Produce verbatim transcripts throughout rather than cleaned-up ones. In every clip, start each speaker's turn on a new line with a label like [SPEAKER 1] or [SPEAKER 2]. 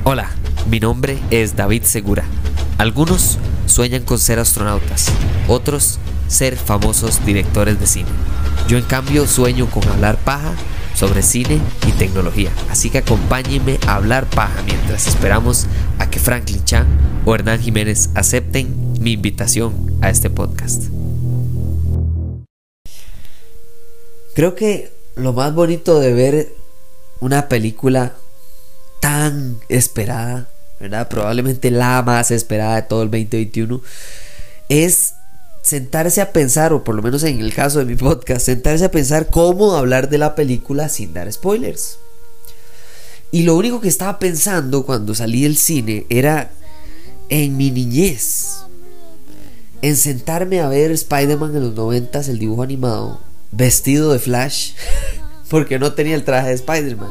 [SPEAKER 1] Hola, mi nombre es David Segura. Algunos sueñan con ser astronautas, otros ser famosos directores de cine. Yo en cambio sueño con hablar paja sobre cine y tecnología. Así que acompáñenme a hablar paja mientras esperamos a que Franklin Chan o Hernán Jiménez acepten mi invitación a este podcast. Creo que lo más bonito de ver una película tan esperada, ¿verdad? Probablemente la más esperada de todo el veinte veintiuno, es sentarse a pensar, o por lo menos en el caso de mi podcast, sentarse a pensar cómo hablar de la película sin dar spoilers. Y lo único que estaba pensando cuando salí del cine era en mi niñez, en sentarme a ver Spider-Man en los noventas, el dibujo animado, vestido de Flash, porque no tenía el traje de Spider-Man.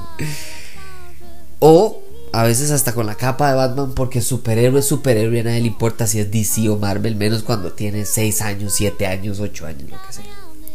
[SPEAKER 1] O a veces hasta con la capa de Batman, porque superhéroe es superhéroe, a nadie le importa si es D C o Marvel, menos cuando tiene seis años, siete años, ocho años, lo que sea.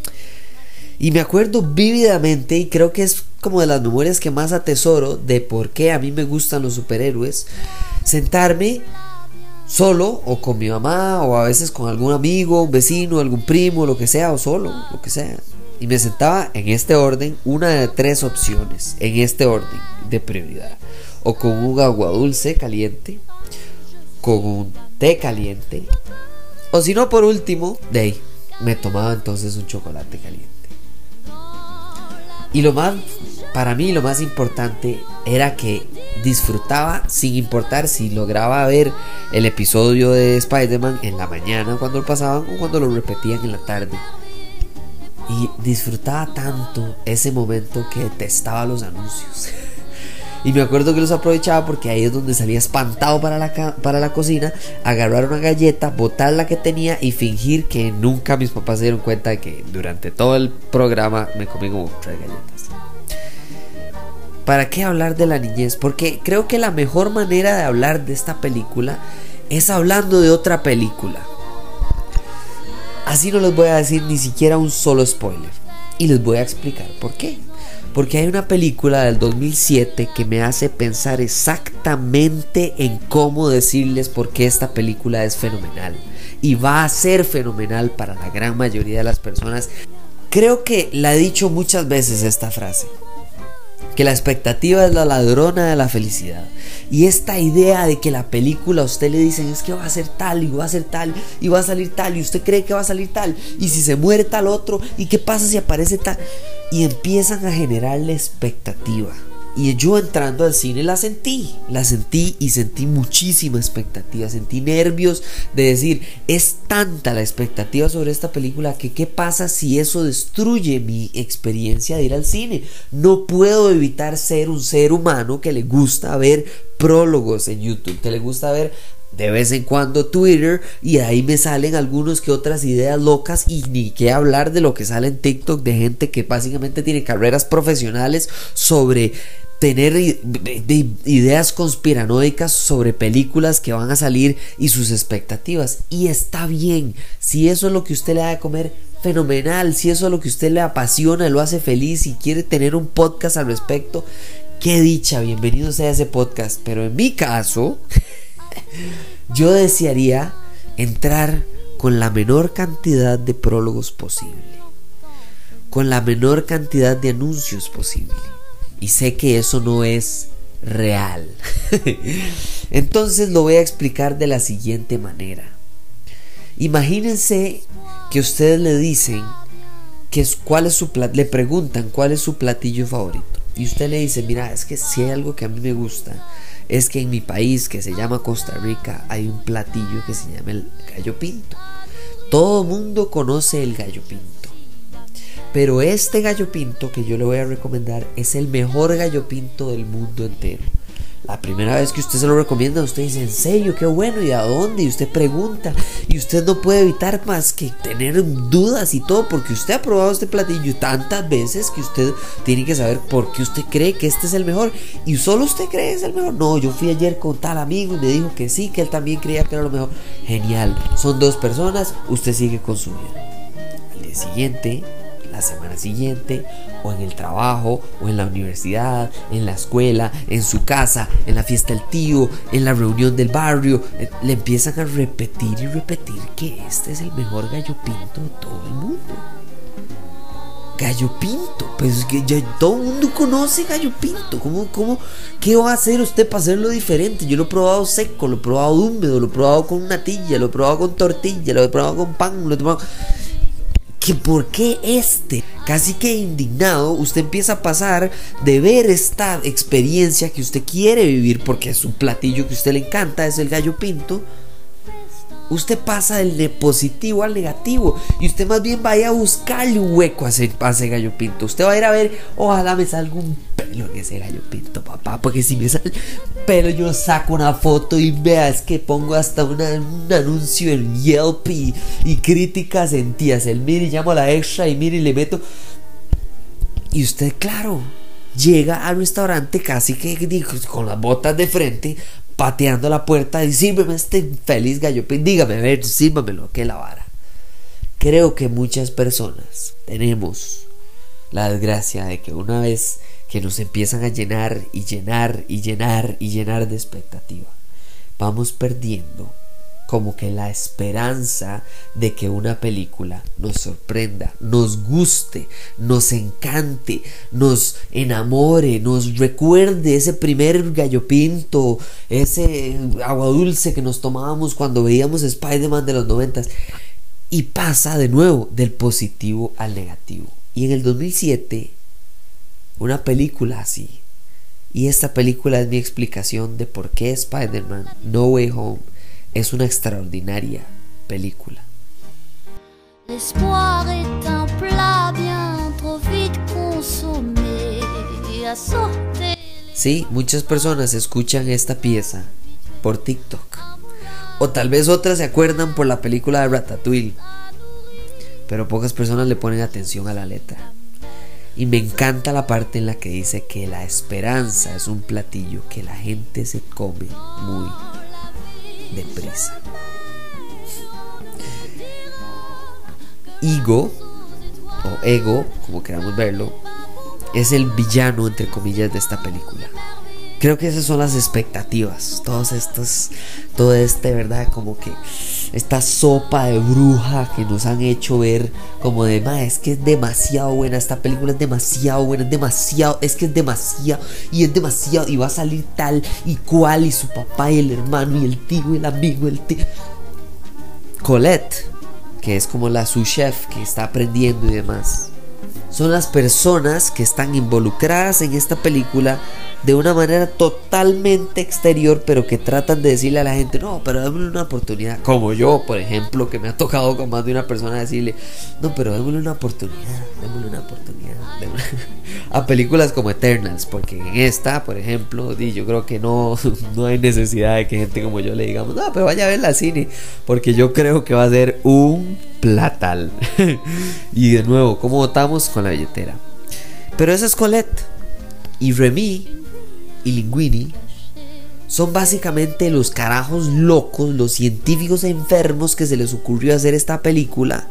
[SPEAKER 1] Y me acuerdo vívidamente, y creo que es como de las memorias que más atesoro de por qué a mí me gustan los superhéroes, sentarme solo o con mi mamá, o a veces con algún amigo, un vecino, algún primo, lo que sea, o solo, lo que sea. Y me sentaba en este orden, una de tres opciones, en este orden de prioridad. O con un agua dulce caliente, con un té caliente, o si no, por último, de ahí, me tomaba entonces un chocolate caliente. Y lo más, para mí lo más importante era que disfrutaba sin importar si lograba ver el episodio de Spider-Man en la mañana cuando lo pasaban o cuando lo repetían en la tarde. Y disfrutaba tanto ese momento que detestaba los anuncios. Y me acuerdo que los aprovechaba porque ahí es donde salía espantado para la, ca- para la cocina, agarrar una galleta, botar la que tenía y fingir que nunca mis papás se dieron cuenta de que durante todo el programa me comí como tres galletas. ¿Para qué hablar de la niñez? Porque creo que la mejor manera de hablar de esta película es hablando de otra película. Así no les voy a decir ni siquiera un solo spoiler. Y les voy a explicar por qué. Porque hay una película del dos mil siete que me hace pensar exactamente en cómo decirles por qué esta película es fenomenal. Y va a ser fenomenal para la gran mayoría de las personas. Creo que la he dicho muchas veces esta frase. Que la expectativa es la ladrona de la felicidad. Y esta idea de que la película a usted le dicen es que va a ser tal y va a ser tal y va a salir tal y usted cree que va a salir tal y si se muere tal otro y qué pasa si aparece tal, y empiezan a generarle expectativa. Y yo entrando al cine la sentí, la sentí y sentí muchísima expectativa, sentí nervios de decir, es tanta la expectativa sobre esta película que qué pasa si eso destruye mi experiencia de ir al cine. No puedo evitar ser un ser humano que le gusta ver prólogos en YouTube, que le gusta ver de vez en cuando Twitter, y ahí me salen algunos que otras ideas locas, y ni qué hablar de lo que sale en TikTok de gente que básicamente tiene carreras profesionales sobre tener ideas conspiranoicas sobre películas que van a salir y sus expectativas. Y está bien, si eso es lo que usted le da de comer, fenomenal. Si eso es lo que usted le apasiona, lo hace feliz y quiere tener un podcast al respecto, qué dicha, bienvenido sea ese podcast. Pero en mi caso yo desearía entrar con la menor cantidad de prólogos posible, con la menor cantidad de anuncios posible. Y sé que eso no es real. Entonces lo voy a explicar de la siguiente manera. Imagínense que ustedes le dicen que es, cuál es su plat- le preguntan cuál es su platillo favorito. Y usted le dice, mira, es que si hay algo que a mí me gusta, es que en mi país, que se llama Costa Rica, hay un platillo que se llama el gallo pinto. Todo mundo conoce el gallo pinto. Pero este gallo pinto que yo le voy a recomendar es el mejor gallo pinto del mundo entero. La primera vez que usted se lo recomienda, usted dice, ¿en serio? ¡Qué bueno! ¿Y a dónde? Y usted pregunta. Y usted no puede evitar más que tener dudas y todo, porque usted ha probado este platillo tantas veces que usted tiene que saber por qué usted cree que este es el mejor. Y solo usted cree que es el mejor. No, yo fui ayer con tal amigo y me dijo que sí, que él también creía que era lo mejor. Genial. Son dos personas, usted sigue con su vida. Al día siguiente, la semana siguiente, o en el trabajo, o en la universidad, en la escuela, en su casa, en la fiesta del tío, en la reunión del barrio. Le empiezan a repetir y repetir que este es el mejor gallo pinto de todo el mundo. Gallo pinto, pues que ya todo el mundo conoce gallo pinto. ¿Cómo, cómo, ¿Qué va a hacer usted para hacerlo diferente? Yo lo he probado seco, lo he probado húmedo, lo he probado con natilla, lo he probado con tortilla, lo he probado con pan, lo he probado... ¿Que por qué este? Casi que indignado, usted empieza a pasar de ver esta experiencia que usted quiere vivir porque es un platillo que a usted le encanta, es el gallo pinto. Usted pasa del de positivo al negativo y usted más bien vaya a buscarle un hueco a ese, a ese gallo pinto. Usted va a ir a ver, ojalá me salga un pelo en ese gallo pinto, papá, porque si me sale pelo yo saco una foto y vea, es que pongo hasta una, un anuncio en Yelp y, y críticas en tías. El mire, llamo a la extra y mire y le meto. Y usted, claro, llega al restaurante casi que digo, con las botas de frente, pateando la puerta y sírveme este feliz gallo pinto. Dígame, a ver, sírvamelo, que la vara. Creo que muchas personas tenemos la desgracia de que una vez que nos empiezan a llenar y llenar y llenar y llenar de expectativa, vamos perdiendo como que la esperanza de que una película nos sorprenda, nos guste, nos encante, nos enamore, nos recuerde ese primer gallo pinto, ese agua dulce que nos tomábamos cuando veíamos Spider-Man de los noventas, y pasa de nuevo del positivo al negativo. Y en el dos mil siete, una película así, y esta película es mi explicación de por qué Spider-Man No Way Home es una extraordinaria película.
[SPEAKER 2] L'espoir est un plat bien trop vite consommé. Assorté.
[SPEAKER 1] Sí, muchas personas escuchan esta pieza por TikTok, o tal vez otras se acuerdan por la película de Ratatouille, pero pocas personas le ponen atención a la letra. Y me encanta la parte en la que dice que la esperanza es un platillo que la gente se come muy deprisa. Ego o Ego, como queramos verlo, es el villano entre comillas de esta película. Creo que esas son las expectativas, todas estas, todo este, verdad, como que esta sopa de bruja que nos han hecho ver como de, ma, es que es demasiado buena, esta película es demasiado buena, es demasiado, es que es demasiado, y es demasiado, y va a salir tal y cual, y su papá y el hermano y el tío y el amigo, el tío. Colette, que es como la su chef que está aprendiendo y demás, son las personas que están involucradas en esta película de una manera totalmente exterior, pero que tratan de decirle a la gente, no, pero démosle una oportunidad. Como yo, por ejemplo, que me ha tocado con más de una persona decirle, no, pero démosle una oportunidad, démosle una oportunidad, démosle... a películas como Eternals, porque en esta, por ejemplo, yo creo que no, no hay necesidad de que gente como yo le digamos, no, pero vaya a verla al cine, porque yo creo que va a ser un platal. Y de nuevo, ¿cómo votamos? Con la billetera. Pero esa es Colette. Y Remy y Linguini son básicamente los carajos locos, los científicos enfermos que se les ocurrió hacer esta película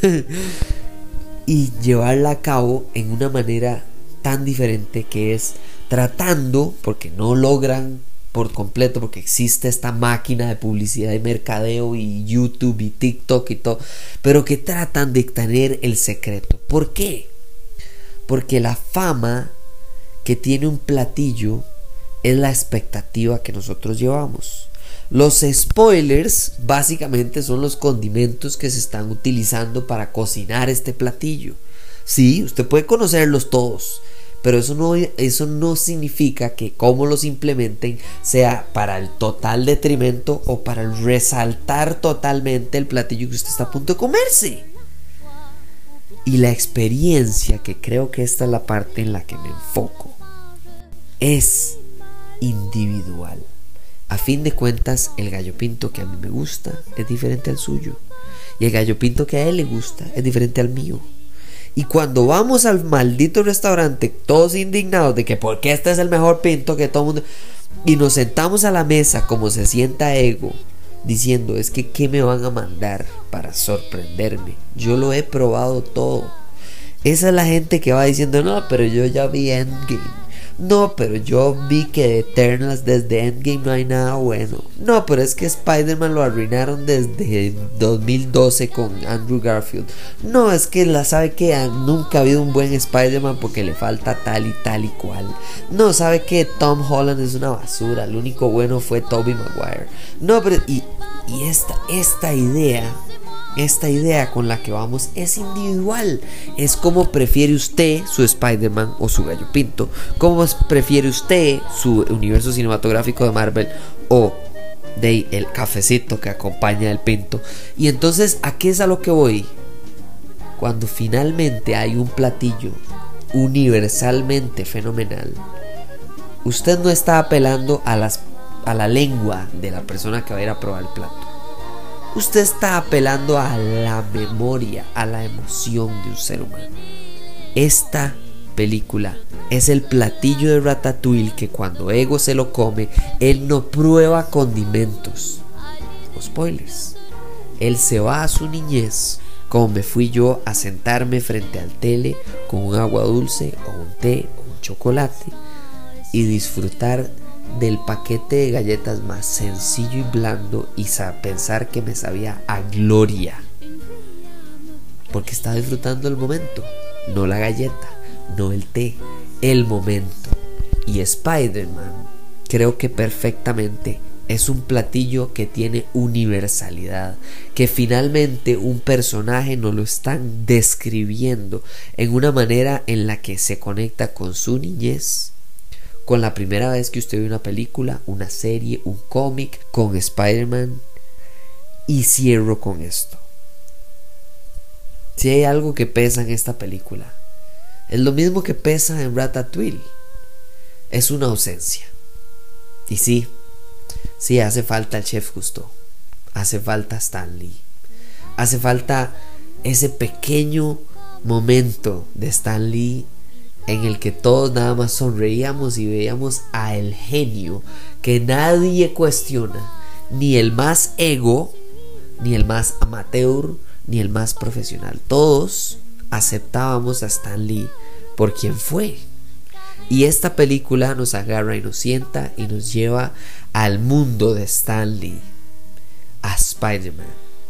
[SPEAKER 1] y llevarla a cabo en una manera tan diferente, que es tratando, porque no logran por completo, porque existe esta máquina de publicidad y mercadeo y YouTube y TikTok y todo, pero que tratan de tener el secreto. ¿Por qué? Porque la fama que tiene un platillo es la expectativa que nosotros llevamos. Los spoilers básicamente son los condimentos que se están utilizando para cocinar este platillo. Sí, usted puede conocerlos todos, pero eso no, eso no significa que cómo los implementen sea para el total detrimento o para el resaltar totalmente el platillo que usted está a punto de comerse. Y la experiencia, que creo que esta es la parte en la que me enfoco, es individual. A fin de cuentas, el gallo pinto que a mí me gusta es diferente al suyo, y el gallo pinto que a él le gusta es diferente al mío. Y cuando vamos al maldito restaurante todos indignados de que por qué este es el mejor pinto que todo el mundo, y nos sentamos a la mesa como se sienta Ego, diciendo, es que ¿qué me van a mandar para sorprenderme? Yo lo he probado todo. Esa es la gente que va diciendo, no, pero yo ya vi Endgame. No, pero yo vi que de Eternals desde Endgame no hay nada bueno. No, pero es que Spider-Man lo arruinaron desde dos mil doce con Andrew Garfield. No, es que la sabe que nunca ha habido un buen Spider-Man porque le falta tal y tal y cual. No, sabe que Tom Holland es una basura. Lo único bueno fue Tobey Maguire. No, pero y, y esta, esta idea... Esta idea con la que vamos es individual. Es como prefiere usted su Spider-Man o su gallo pinto. Como prefiere usted su universo cinematográfico de Marvel o de el cafecito que acompaña el pinto. Y entonces, ¿a qué es a lo que voy? Cuando finalmente hay un platillo universalmente fenomenal, usted no está apelando a, las, a la lengua de la persona que va a ir a probar el plato. Usted está apelando a la memoria, a la emoción de un ser humano. Esta película es el platillo de Ratatouille que cuando Ego se lo come, él no prueba condimentos o spoilers. Él se va a su niñez, como me fui yo a sentarme frente al tele con un agua dulce o un té o un chocolate y disfrutar del paquete de galletas más sencillo y blando y pensar que me sabía a gloria, porque estaba disfrutando el momento, no la galleta, no el té, el momento. Y Spider-Man creo que perfectamente es un platillo que tiene universalidad, que finalmente un personaje nos lo están describiendo en una manera en la que se conecta con su niñez, con la primera vez que usted ve una película, una serie, un cómic, con Spider-Man. Y cierro con esto. Si hay algo que pesa en esta película, es lo mismo que pesa en Ratatouille. Es una ausencia. Y sí, sí hace falta el Chef Gusteau, hace falta Stan Lee, hace falta ese pequeño momento de Stan Lee en el que todos nada más sonreíamos y veíamos a el genio que nadie cuestiona, ni el más ego, ni el más amateur, ni el más profesional. Todos aceptábamos a Stan Lee por quien fue. Y esta película nos agarra y nos sienta y nos lleva al mundo de Stan Lee, a Spider-Man,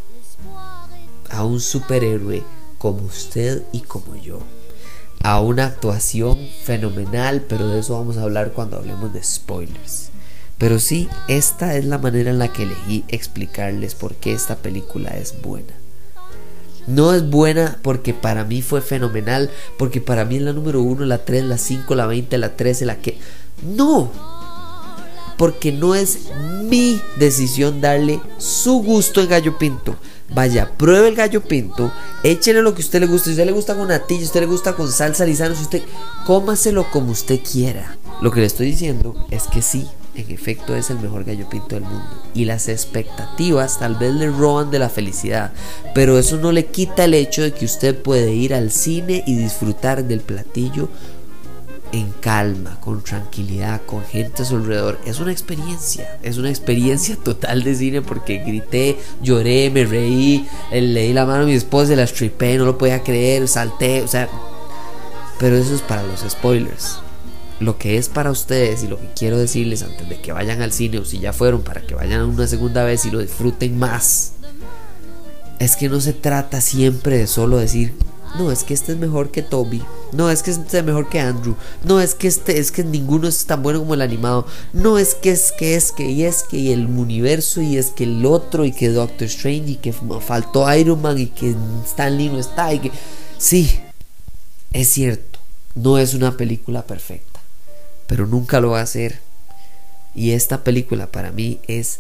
[SPEAKER 1] a un superhéroe como usted y como yo, a una actuación fenomenal, pero de eso vamos a hablar cuando hablemos de spoilers. Pero sí, esta es la manera en la que elegí explicarles por qué esta película es buena. No es buena porque para mí fue fenomenal, porque para mí es la número uno, la tres, la cinco, la veinte, la trece, la que... No, porque no es mi decisión darle su gusto en gallo pinto. Vaya, pruebe el gallo pinto, échele lo que a usted le guste. Si a usted le gusta con natilla, si a usted le gusta con salsa lisano, si usted, cómaselo como usted quiera. Lo que le estoy diciendo es que sí, en efecto es el mejor gallo pinto del mundo, y las expectativas tal vez le roban de la felicidad, pero eso no le quita el hecho de que usted puede ir al cine y disfrutar del platillo en calma, con tranquilidad, con gente a su alrededor. Es una experiencia, es una experiencia total de cine, porque grité, lloré, me reí, le di la mano a mi esposa, la stripé, no lo podía creer, salté, o sea, pero eso es para los spoilers. Lo que es para ustedes y lo que quiero decirles antes de que vayan al cine, o si ya fueron, para que vayan una segunda vez y lo disfruten más, es que no se trata siempre de solo decir, no, es que este es mejor que Toby, no, es que este es mejor que Andrew, no, es que este, es que ninguno es tan bueno como el animado, no, es que es que es que y es que y el universo y es que el otro y que Doctor Strange y que faltó Iron Man y que Stan Lee no está y que... Sí, es cierto, no es una película perfecta, pero nunca lo va a ser. Y esta película para mí es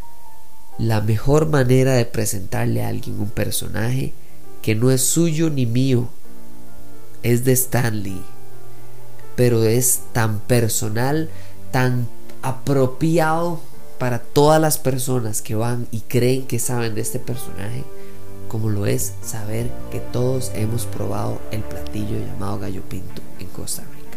[SPEAKER 1] la mejor manera de presentarle a alguien un personaje que no es suyo ni mío, es de Stan Lee, pero es tan personal, tan apropiado para todas las personas que van y creen que saben de este personaje, como lo es saber que todos hemos probado el platillo llamado gallo pinto en Costa Rica.